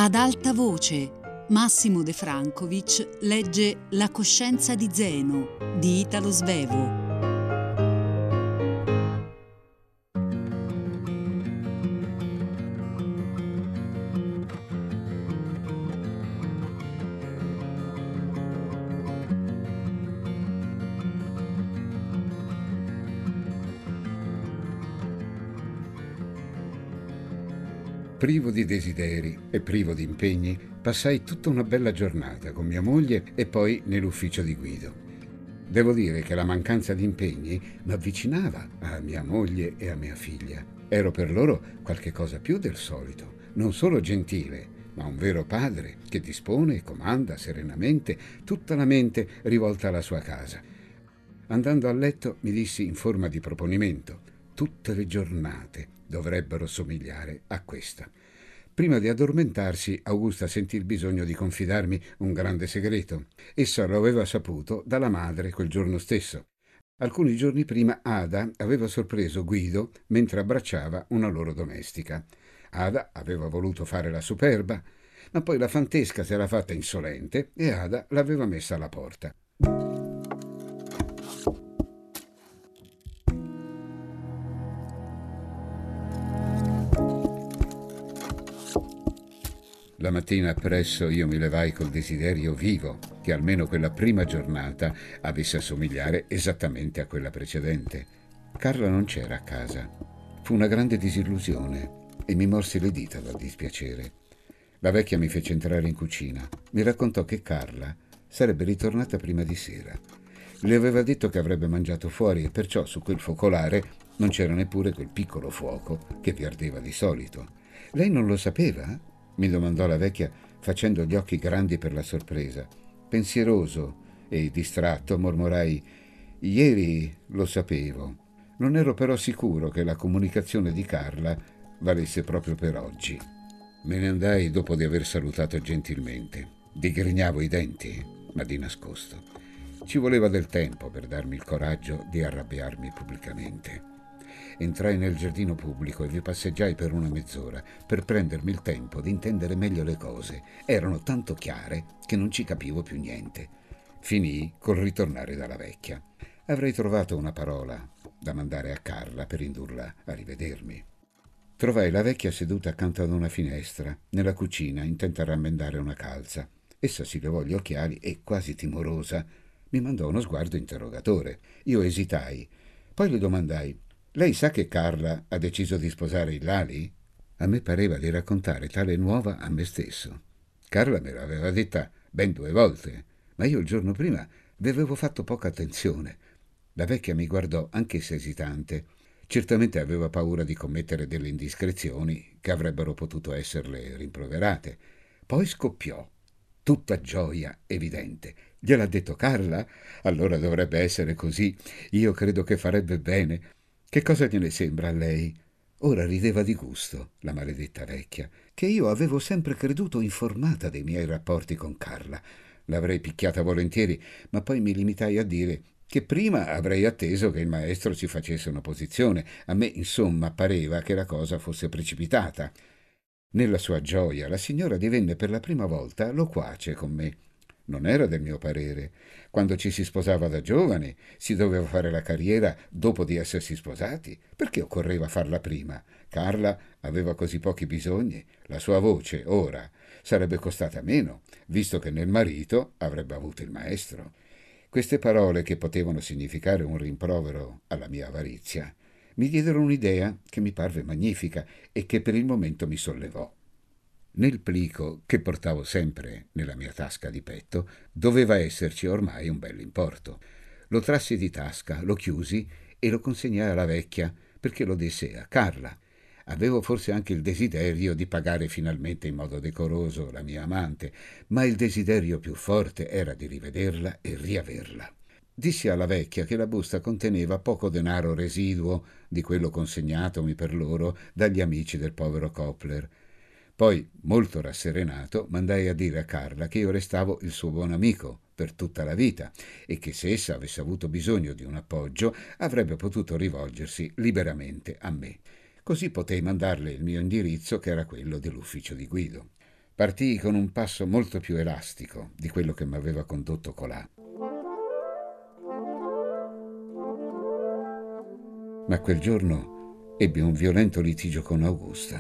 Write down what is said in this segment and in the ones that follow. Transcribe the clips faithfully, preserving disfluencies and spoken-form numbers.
Ad alta voce, Massimo De Francovic legge La coscienza di Zeno di Italo Svevo. Privo di desideri e privo di impegni, passai tutta una bella giornata con mia moglie e poi nell'ufficio di Guido. Devo dire che la mancanza di impegni mi avvicinava a mia moglie e a mia figlia. Ero per loro qualche cosa più del solito, non solo gentile, ma un vero padre che dispone e comanda serenamente, tutta la mente rivolta alla sua casa. Andando a letto mi dissi in forma di proponimento: tutte le giornate dovrebbero somigliare a questa. Prima di addormentarsi, Augusta sentì il bisogno di confidarmi un grande segreto. Essa lo aveva saputo dalla madre quel giorno stesso. Alcuni giorni prima Ada aveva sorpreso Guido mentre abbracciava una loro domestica. Ada aveva voluto fare la superba, ma poi la fantesca si era fatta insolente e Ada l'aveva messa alla porta. La mattina appresso io mi levai col desiderio vivo che almeno quella prima giornata avesse a somigliare esattamente a quella precedente. Carla non c'era a casa. Fu una grande disillusione e mi morsi le dita dal dispiacere. La vecchia mi fece entrare in cucina. Mi raccontò che Carla sarebbe ritornata prima di sera. Le aveva detto che avrebbe mangiato fuori e perciò su quel focolare non c'era neppure quel piccolo fuoco che vi ardeva di solito. Lei non lo sapeva? Mi domandò la vecchia facendo gli occhi grandi per la sorpresa. Pensieroso e distratto mormorai: ieri lo sapevo. Non ero però sicuro che la comunicazione di Carla valesse proprio per oggi. Me ne andai dopo di aver salutato gentilmente. Digrignavo i denti, ma di nascosto. Ci voleva del tempo per darmi il coraggio di arrabbiarmi pubblicamente. Entrai nel giardino pubblico e vi passeggiai per una mezz'ora per prendermi il tempo di intendere meglio le cose. Erano tanto chiare che non ci capivo più niente. Finii col ritornare dalla vecchia. Avrei trovato una parola da mandare a Carla per indurla a rivedermi. Trovai la vecchia seduta accanto ad una finestra, nella cucina, intenta a rammendare una calza. Essa si levò gli occhiali e, quasi timorosa, mi mandò uno sguardo interrogatore. Io esitai. Poi le domandai: lei sa che Carla ha deciso di sposare il Lali? A me pareva di raccontare tale nuova a me stesso. Carla me l'aveva detta ben due volte, ma io il giorno prima vi avevo fatto poca attenzione. La vecchia mi guardò, anch'essa esitante. Certamente aveva paura di commettere delle indiscrezioni che avrebbero potuto esserle rimproverate. Poi scoppiò, tutta gioia evidente. Gliel'ha detto Carla? Allora dovrebbe essere così. Io credo che farebbe bene. Che cosa gliene sembra a lei? Ora rideva di gusto, la maledetta vecchia, che io avevo sempre creduto informata dei miei rapporti con Carla. L'avrei picchiata volentieri, ma poi mi limitai a dire che prima avrei atteso che il maestro ci facesse un'opposizione. A me, insomma, pareva che la cosa fosse precipitata. Nella sua gioia, la signora divenne per la prima volta loquace con me. Non era del mio parere. Quando ci si sposava da giovane si doveva fare la carriera dopo di essersi sposati. Perché occorreva farla prima? Carla aveva così pochi bisogni. La sua voce, ora, sarebbe costata meno, visto che nel marito avrebbe avuto il maestro. Queste parole, che potevano significare un rimprovero alla mia avarizia, mi diedero un'idea che mi parve magnifica e che per il momento mi sollevò. Nel plico che portavo sempre nella mia tasca di petto doveva esserci ormai un bell'importo. Lo trassi di tasca, lo chiusi e lo consegnai alla vecchia perché lo desse a Carla. Avevo forse anche il desiderio di pagare finalmente in modo decoroso la mia amante, ma il desiderio più forte era di rivederla e riaverla. Dissi alla vecchia che la busta conteneva poco denaro residuo di quello consegnatomi per loro dagli amici del povero Koppler. Poi, molto rasserenato, mandai a dire a Carla che io restavo il suo buon amico per tutta la vita e che se essa avesse avuto bisogno di un appoggio avrebbe potuto rivolgersi liberamente a me. Così potei mandarle il mio indirizzo, che era quello dell'ufficio di Guido. Partii con un passo molto più elastico di quello che mi aveva condotto colà. Ma quel giorno ebbi un violento litigio con Augusta.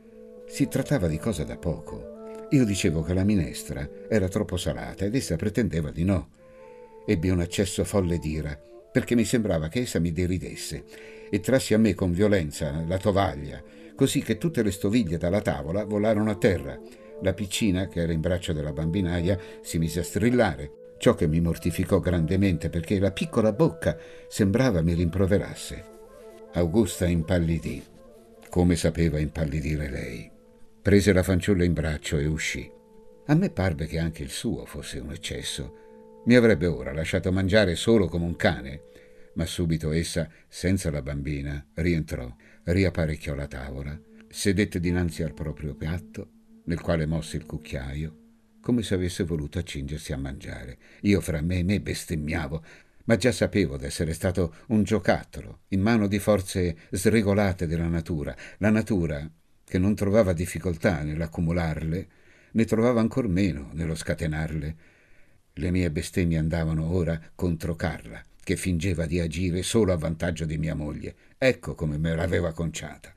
Si trattava di cosa da poco. Io dicevo che la minestra era troppo salata ed essa pretendeva di no. Ebbi un accesso folle d'ira, perché mi sembrava che essa mi deridesse, e trassi a me con violenza la tovaglia, così che tutte le stoviglie dalla tavola volarono a terra. La piccina, che era in braccio della bambinaia, si mise a strillare, ciò che mi mortificò grandemente perché la piccola bocca sembrava mi rimproverasse. Augusta impallidì, come sapeva impallidire lei. Prese la fanciulla in braccio e uscì. A me parve che anche il suo fosse un eccesso. Mi avrebbe ora lasciato mangiare solo come un cane, ma subito essa, senza la bambina, rientrò, riapparecchiò la tavola, sedette dinanzi al proprio piatto, nel quale mosse il cucchiaio, come se avesse voluto accingersi a mangiare. Io fra me e me bestemmiavo, ma già sapevo d'essere stato un giocattolo in mano di forze sregolate della natura. La natura, che non trovava difficoltà nell'accumularle, ne trovava ancor meno nello scatenarle. Le mie bestemmie andavano ora contro Carla, che fingeva di agire solo a vantaggio di mia moglie. Ecco come me l'aveva conciata.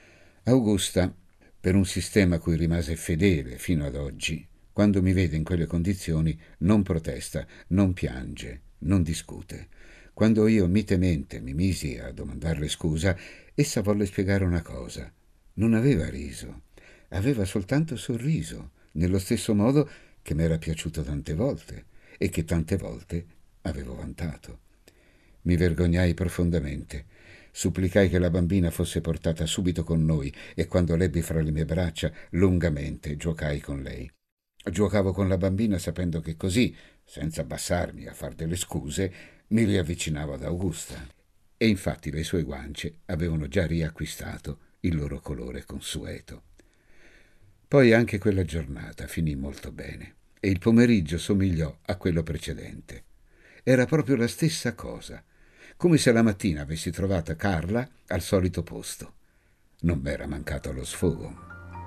Augusta, per un sistema a cui rimase fedele fino ad oggi, quando mi vede in quelle condizioni non protesta, non piange, non discute. Quando io mitemente mi misi a domandarle scusa, essa volle spiegare una cosa. Non aveva riso, aveva soltanto sorriso, nello stesso modo che m'era piaciuto tante volte e che tante volte avevo vantato. Mi vergognai profondamente. Supplicai che la bambina fosse portata subito con noi e quando l'ebbi fra le mie braccia lungamente giocai con lei. Giocavo con la bambina sapendo che così, senza abbassarmi a far delle scuse, mi riavvicinavo ad Augusta. E infatti le sue guance avevano già riacquistato il loro colore consueto. Poi anche quella giornata finì molto bene e il pomeriggio somigliò a quello precedente. Era proprio la stessa cosa, come se la mattina avessi trovata Carla al solito posto. Non m'era mancato lo sfogo.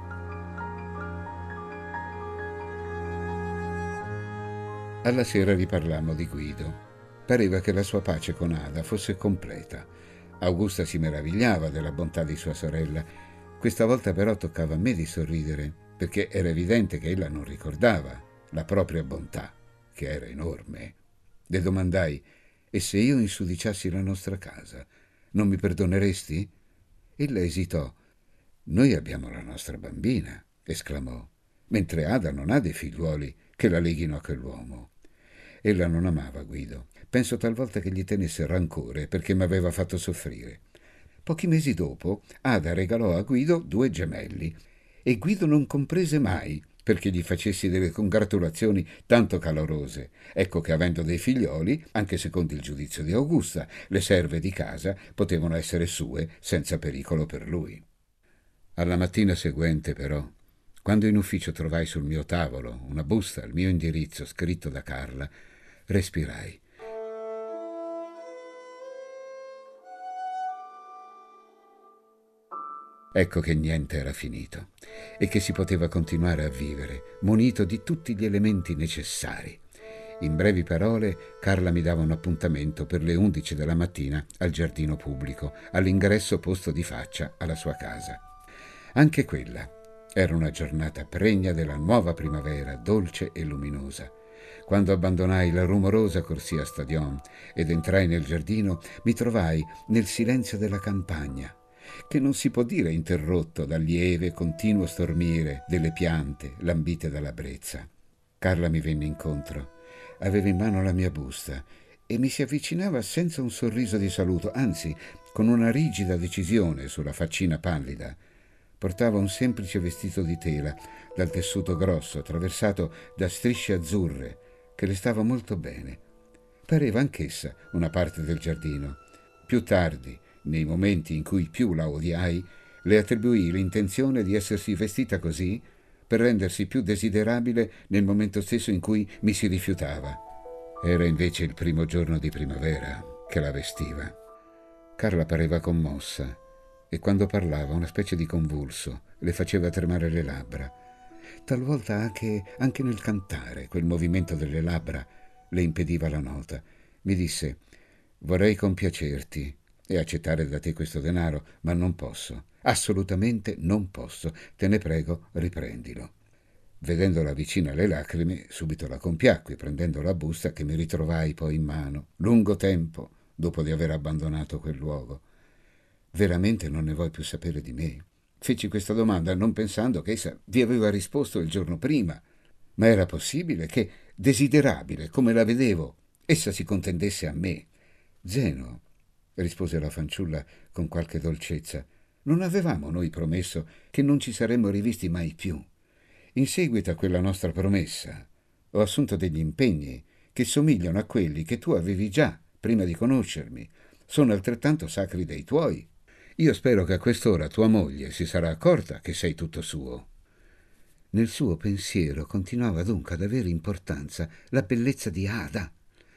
Alla sera riparlammo di Guido. Pareva che la sua pace con Ada fosse completa. Augusta si meravigliava della bontà di sua sorella. Questa volta però toccava a me di sorridere, perché era evidente che ella non ricordava la propria bontà, che era enorme. Le domandai: «E se io insudiciassi la nostra casa, non mi perdoneresti?» Ella esitò. «Noi abbiamo la nostra bambina», esclamò, «mentre Ada non ha dei figliuoli che la leghino a quell'uomo». Ella non amava Guido. Penso talvolta che gli tenesse rancore perché mi aveva fatto soffrire. Pochi mesi dopo, Ada regalò a Guido due gemelli e Guido non comprese mai perché gli facessi delle congratulazioni tanto calorose. Ecco che avendo dei figlioli, anche secondo il giudizio di Augusta, le serve di casa potevano essere sue senza pericolo per lui. Alla mattina seguente, però, quando in ufficio trovai sul mio tavolo una busta al mio indirizzo scritto da Carla, respirai. Ecco che niente era finito e che si poteva continuare a vivere, munito di tutti gli elementi necessari. In brevi parole, Carla mi dava un appuntamento per le undici della mattina al giardino pubblico, all'ingresso posto di faccia alla sua casa. Anche quella era una giornata pregna della nuova primavera, dolce e luminosa. Quando abbandonai la rumorosa corsia Stadion ed entrai nel giardino, mi trovai nel silenzio della campagna, che non si può dire interrotto dal lieve e continuo stormire delle piante lambite dalla brezza. Carla mi venne incontro. Aveva in mano la mia busta e mi si avvicinava senza un sorriso di saluto, anzi con una rigida decisione sulla faccina pallida. Portava un semplice vestito di tela, dal tessuto grosso, attraversato da strisce azzurre, che le stava molto bene. Pareva anch'essa una parte del giardino. Più tardi, nei momenti in cui più la odiai, le attribuii l'intenzione di essersi vestita così per rendersi più desiderabile nel momento stesso in cui mi si rifiutava. Era invece il primo giorno di primavera che la vestiva. Carla pareva commossa e quando parlava una specie di convulso le faceva tremare le labbra. Talvolta anche, anche nel cantare, quel movimento delle labbra le impediva la nota. Mi disse: vorrei compiacerti e accettare da te questo denaro, ma non posso, assolutamente non posso. Te ne prego, riprendilo. Vedendola vicina alle lacrime, subito la compiacqui, prendendo la busta che mi ritrovai poi in mano, lungo tempo dopo di aver abbandonato quel luogo. Veramente non ne vuoi più sapere di me? Feci questa domanda non pensando che essa vi aveva risposto il giorno prima, ma era possibile che, desiderabile come la vedevo, essa si contendesse a me. Zeno, rispose la fanciulla con qualche dolcezza, non avevamo noi promesso che non ci saremmo rivisti mai più? In seguito a quella nostra promessa ho assunto degli impegni che somigliano a quelli che tu avevi già prima di conoscermi. Sono altrettanto sacri dei tuoi. Io spero che a quest'ora tua moglie si sarà accorta che sei tutto suo. Nel suo pensiero continuava dunque ad avere importanza la bellezza di Ada.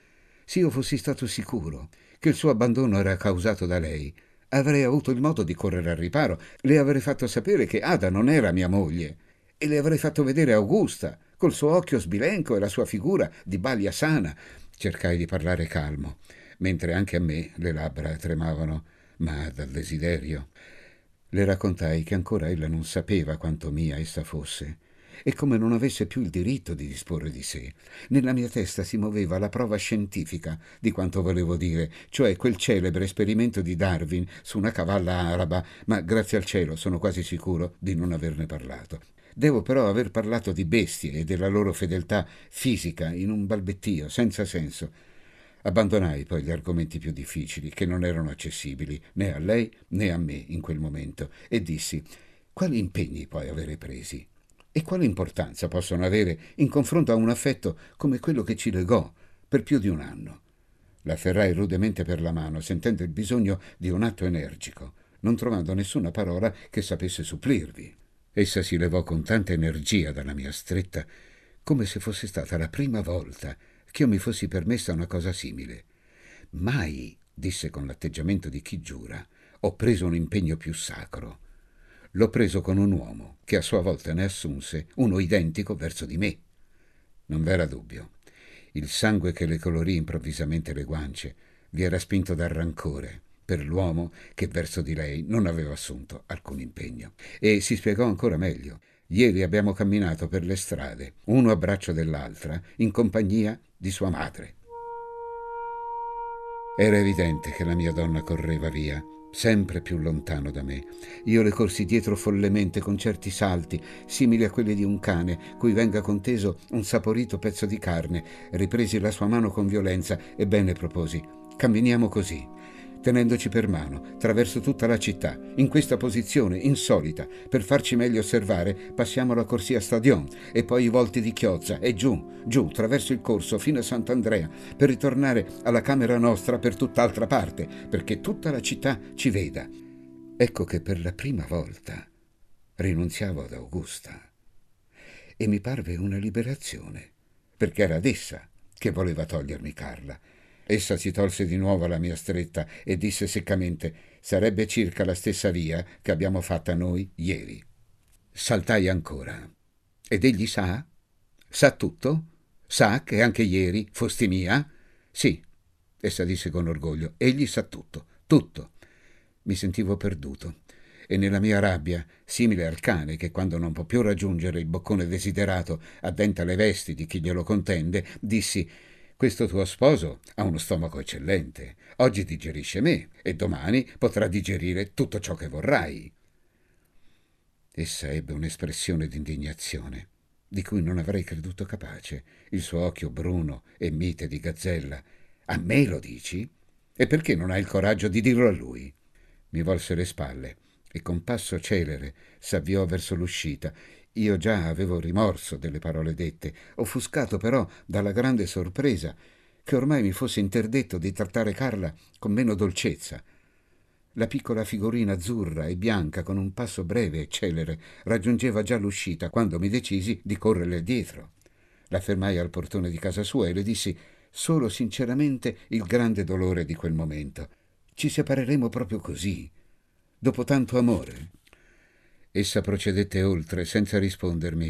Se io fossi stato sicuro che il suo abbandono era causato da lei, avrei avuto il modo di correre al riparo, le avrei fatto sapere che Ada non era mia moglie e le avrei fatto vedere Augusta col suo occhio sbilenco e la sua figura di balia sana. Cercai di parlare calmo, mentre anche a me le labbra tremavano, ma dal desiderio. Le raccontai che ancora ella non sapeva quanto mia essa fosse e come non avesse più il diritto di disporre di sé. Nella mia testa si muoveva la prova scientifica di quanto volevo dire, cioè quel celebre esperimento di Darwin su una cavalla araba, ma grazie al cielo sono quasi sicuro di non averne parlato. Devo però aver parlato di bestie e della loro fedeltà fisica in un balbettio senza senso. Abbandonai poi gli argomenti più difficili, che non erano accessibili né a lei né a me in quel momento, e dissi: quali impegni puoi avere presi? E quale importanza possono avere in confronto a un affetto come quello che ci legò per più di un anno? L'afferrai rudemente per la mano, sentendo il bisogno di un atto energico, non trovando nessuna parola che sapesse supplirvi. Essa si levò con tanta energia dalla mia stretta, come se fosse stata la prima volta che io mi fossi permessa una cosa simile. Mai, disse con l'atteggiamento di chi giura, ho preso un impegno più sacro. L'ho preso con un uomo che a sua volta ne assunse uno identico verso di me. Non v'era dubbio. Il sangue che le colorì improvvisamente le guance vi era spinto dal rancore per l'uomo che verso di lei non aveva assunto alcun impegno. E si spiegò ancora meglio. Ieri abbiamo camminato per le strade, uno a braccio dell'altra, in compagnia di sua madre. Era evidente che la mia donna correva via, sempre più lontano da me. Io le corsi dietro follemente con certi salti, simili a quelli di un cane cui venga conteso un saporito pezzo di carne. Ripresi la sua mano con violenza e bene proposi: camminiamo così, tenendoci per mano, attraverso tutta la città, in questa posizione insolita. Per farci meglio osservare, passiamo la corsia Stadion e poi i volti di Chiozza e giù, giù, attraverso il corso fino a Sant'Andrea, per ritornare alla camera nostra per tutt'altra parte, perché tutta la città ci veda. Ecco che per la prima volta rinunziavo ad Augusta e mi parve una liberazione, perché era ad essa che voleva togliermi Carla. Essa si tolse di nuovo alla mia stretta e disse seccamente: sarebbe circa la stessa via che abbiamo fatta noi ieri. Saltai ancora. Ed egli sa? Sa tutto? Sa che anche ieri fosti mia? Sì, essa disse con orgoglio, egli sa tutto, tutto. Mi sentivo perduto e nella mia rabbia, simile al cane che quando non può più raggiungere il boccone desiderato addenta le vesti di chi glielo contende, dissi: questo tuo sposo ha uno stomaco eccellente. Oggi digerisce me e domani potrà digerire tutto ciò che vorrai. Essa ebbe un'espressione d'indignazione di cui non avrei creduto capace. Il suo occhio bruno e mite di gazzella. A me lo dici? E perché non hai il coraggio di dirlo a lui? Mi volse le spalle e con passo celere s'avviò verso l'uscita. Io già avevo rimorso delle parole dette, offuscato però dalla grande sorpresa che ormai mi fosse interdetto di trattare Carla con meno dolcezza. La piccola figurina azzurra e bianca, con un passo breve e celere, raggiungeva già l'uscita quando mi decisi di correrle dietro. La fermai al portone di casa sua e le dissi solo sinceramente il grande dolore di quel momento. Ci separeremo proprio così, dopo tanto amore. Essa procedette oltre senza rispondermi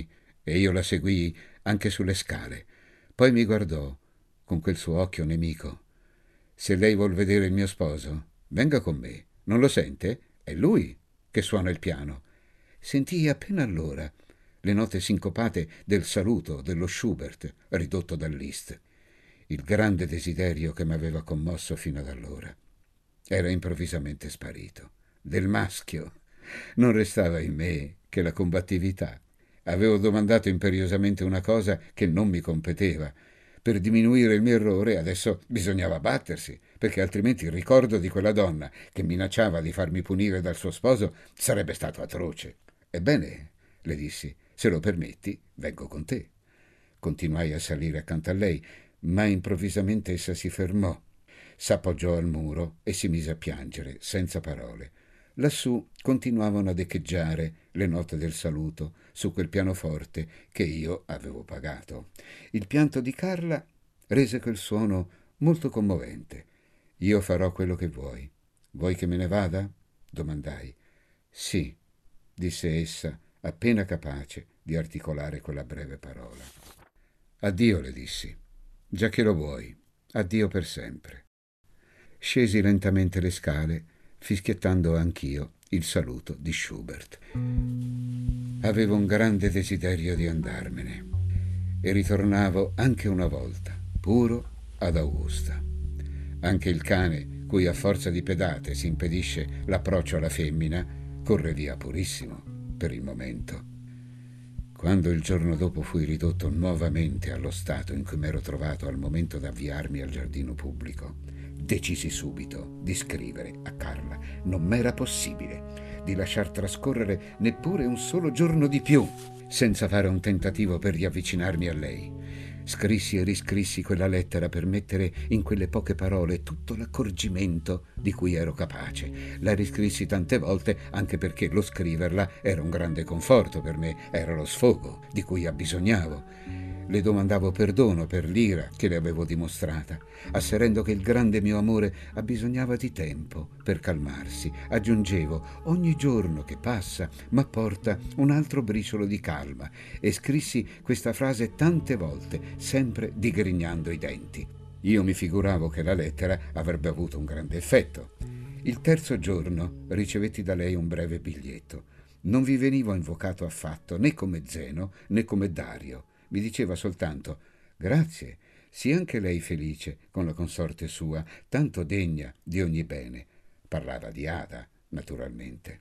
e io la seguii anche sulle scale. Poi mi guardò con quel suo occhio nemico. «Se lei vuol vedere il mio sposo, venga con me. Non lo sente? È lui che suona il piano». Sentii appena allora le note sincopate del saluto dello Schubert ridotto dal Liszt. Il grande desiderio che m'aveva commosso fino ad allora era improvvisamente sparito. Del maschio non restava in me che la combattività. Avevo domandato imperiosamente una cosa che non mi competeva. Per diminuire il mio errore adesso bisognava battersi, perché altrimenti il ricordo di quella donna che minacciava di farmi punire dal suo sposo sarebbe stato atroce. «Ebbene», le dissi, «se lo permetti, vengo con te». Continuai a salire accanto a lei, ma improvvisamente essa si fermò, s'appoggiò al muro e si mise a piangere, senza parole. Lassù continuavano ad echeggiare le note del saluto su quel pianoforte che io avevo pagato. Il pianto di Carla rese quel suono molto commovente. «Io farò quello che vuoi. Vuoi che me ne vada?» domandai. «Sì», disse essa, appena capace di articolare quella breve parola. «Addio», le dissi. «Già che lo vuoi, addio per sempre». Scesi lentamente le scale, fischiettando anch'io il saluto di Schubert. Avevo un grande desiderio di andarmene e ritornavo anche una volta, puro, ad Augusta. Anche il cane, cui a forza di pedate si impedisce l'approccio alla femmina, corre via purissimo per il momento. Quando il giorno dopo fui ridotto nuovamente allo stato in cui m'ero trovato al momento d'avviarmi al giardino pubblico, decisi subito di scrivere a Carla. Non m'era possibile di lasciar trascorrere neppure un solo giorno di più senza fare un tentativo per riavvicinarmi a lei. Scrissi e riscrissi quella lettera per mettere in quelle poche parole tutto l'accorgimento di cui ero capace. La riscrissi tante volte anche perché lo scriverla era un grande conforto per me, era lo sfogo di cui abbisognavo. Le domandavo perdono per l'ira che le avevo dimostrata, asserendo che il grande mio amore abbisognava di tempo per calmarsi. Aggiungevo: ogni giorno che passa m'apporta un altro briciolo di calma, e scrissi questa frase tante volte, sempre digrignando i denti. Io mi figuravo che la lettera avrebbe avuto un grande effetto. Il terzo giorno ricevetti da lei un breve biglietto. Non vi venivo invocato affatto, né come Zeno né come Dario. Mi diceva soltanto: «Grazie, sia anche lei felice con la consorte sua, tanto degna di ogni bene». Parlava di Ada, naturalmente.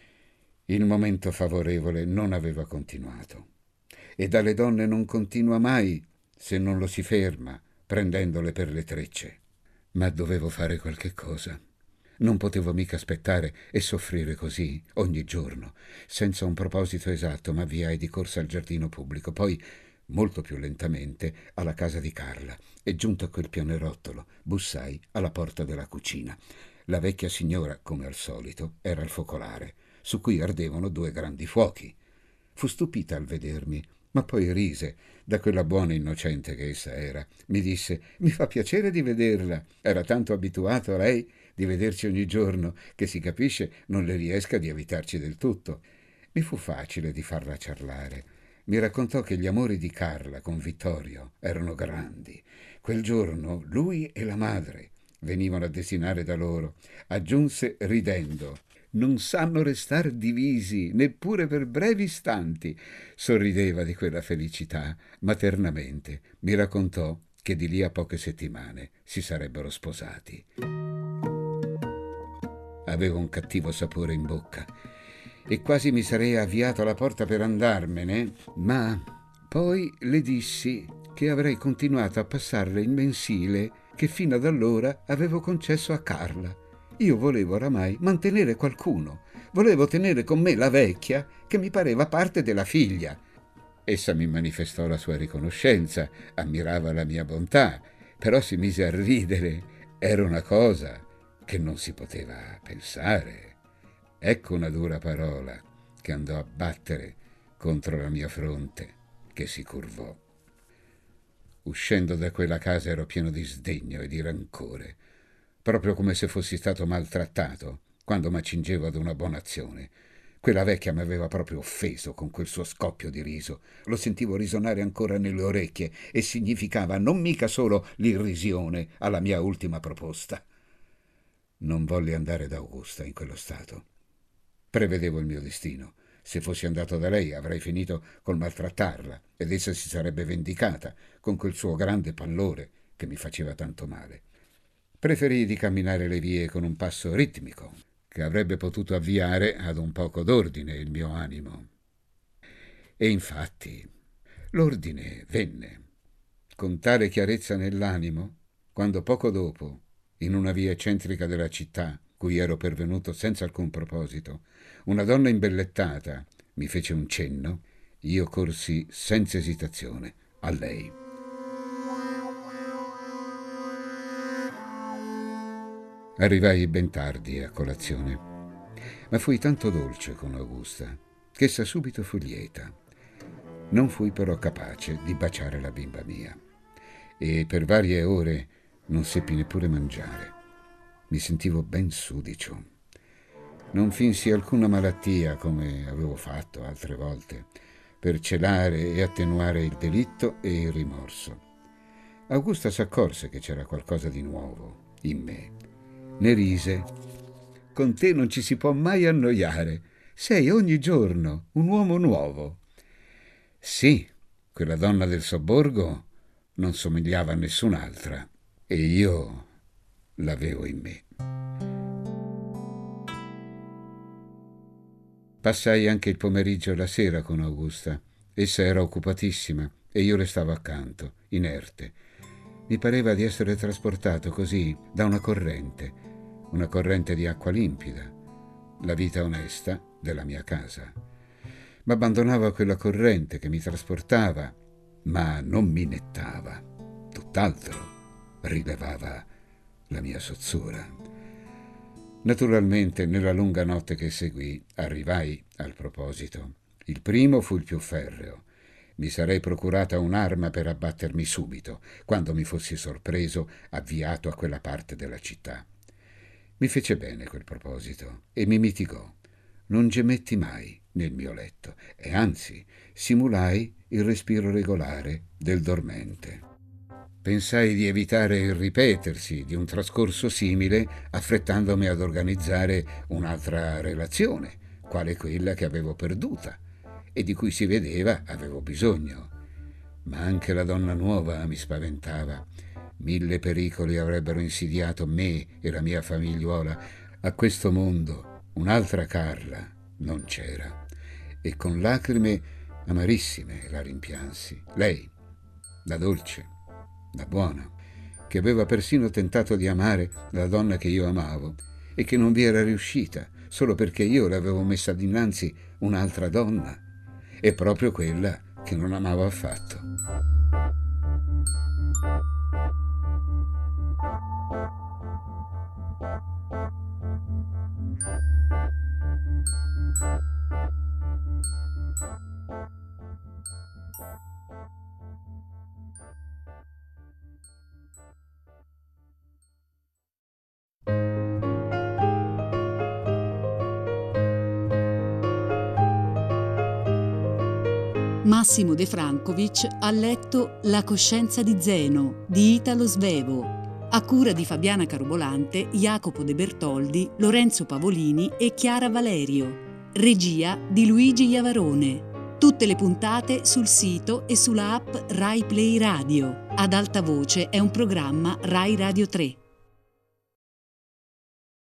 Il momento favorevole non aveva continuato, e dalle donne non continua mai se non lo si ferma, prendendole per le trecce. Ma dovevo fare qualche cosa. Non potevo mica aspettare e soffrire così ogni giorno. Senza un proposito esatto m'avviai di corsa al giardino pubblico, poi molto più lentamente alla casa di Carla, e giunto a quel pianerottolo bussai alla porta della cucina. La vecchia signora, come al solito, era al focolare, su cui ardevano due grandi fuochi. Fu stupita al vedermi, ma poi rise da quella buona innocente che essa era. Mi disse: «Mi fa piacere di vederla. Era tanto abituato a lei di vederci ogni giorno che, si capisce, non le riesca di evitarci del tutto». Mi fu facile di farla ciarlare. Mi raccontò che gli amori di Carla con Vittorio erano grandi. Quel giorno lui e la madre venivano a desinare da loro. Aggiunse ridendo: «Non sanno restar divisi neppure per brevi istanti». Sorrideva di quella felicità maternamente. Mi raccontò che di lì a poche settimane si sarebbero sposati. Avevo un cattivo sapore in bocca e quasi mi sarei avviato alla porta per andarmene, ma poi le dissi che avrei continuato a passarle il mensile che fino ad allora avevo concesso a Carla. Io volevo oramai mantenere qualcuno, volevo tenere con me la vecchia che mi pareva parte della figlia. Essa mi manifestò la sua riconoscenza, ammirava la mia bontà, però si mise a ridere. Era una cosa che non si poteva pensare. Ecco una dura parola che andò a battere contro la mia fronte, che si curvò. Uscendo da quella casa ero pieno di sdegno e di rancore, proprio come se fossi stato maltrattato quando m'accingevo ad una buona azione. Quella vecchia mi aveva proprio offeso con quel suo scoppio di riso. Lo sentivo risonare ancora nelle orecchie e significava non mica solo l'irrisione alla mia ultima proposta. Non volli andare da Augusta in quello stato. Prevedevo il mio destino. Se fossi andato da lei avrei finito col maltrattarla ed essa si sarebbe vendicata con quel suo grande pallore che mi faceva tanto male. Preferii di camminare le vie con un passo ritmico che avrebbe potuto avviare ad un poco d'ordine il mio animo. E infatti l'ordine venne con tale chiarezza nell'animo quando poco dopo, in una via eccentrica della città, cui ero pervenuto senza alcun proposito, una donna imbellettata mi fece un cenno, io corsi senza esitazione a lei. Arrivai ben tardi a colazione, ma fui tanto dolce con Augusta che essa subito fu lieta. Non fui però capace di baciare la bimba mia e per varie ore non seppi neppure mangiare. Mi sentivo ben sudicio. Non finsi alcuna malattia come avevo fatto altre volte per celare e attenuare il delitto e il rimorso. Augusta s'accorse che c'era qualcosa di nuovo in me. Ne rise. Con te non ci si può mai annoiare. Sei ogni giorno un uomo nuovo. Sì, quella donna del sobborgo non somigliava a nessun'altra e io l'avevo in me. Passai anche il pomeriggio e la sera con Augusta. Essa era occupatissima e io le stavo accanto, inerte. Mi pareva di essere trasportato così da una corrente, una corrente di acqua limpida, la vita onesta della mia casa. M'abbandonavo a quella corrente che mi trasportava, ma non mi nettava, tutt'altro rilevava la mia sozzura. Naturalmente, nella lunga notte che seguì, arrivai al proposito. Il primo fu il più ferreo. Mi sarei procurata un'arma per abbattermi subito, quando mi fossi sorpreso avviato a quella parte della città. Mi fece bene quel proposito e mi mitigò. Non gemetti mai nel mio letto e anzi simulai il respiro regolare del dormente. Pensai di evitare il ripetersi di un trascorso simile affrettandomi ad organizzare un'altra relazione, quale quella che avevo perduta e di cui si vedeva avevo bisogno. Ma anche la donna nuova mi spaventava. Mille pericoli avrebbero insidiato me e la mia famigliuola. A questo mondo un'altra Carla non c'era e con lacrime amarissime la rimpiansi. Lei, la dolce, la buona, che aveva persino tentato di amare la donna che io amavo e che non vi era riuscita solo perché io le avevo messa dinanzi un'altra donna, e proprio quella che non amavo affatto. Massimo De Francovic ha letto La coscienza di Zeno di Italo Svevo, a cura di Fabiana Carobolante, Jacopo De Bertoldi, Lorenzo Pavolini e Chiara Valerio. Regia di Luigi Iavarone. Tutte le puntate sul sito e sulla app Rai Play Radio. Ad alta voce è un programma Rai Radio tre.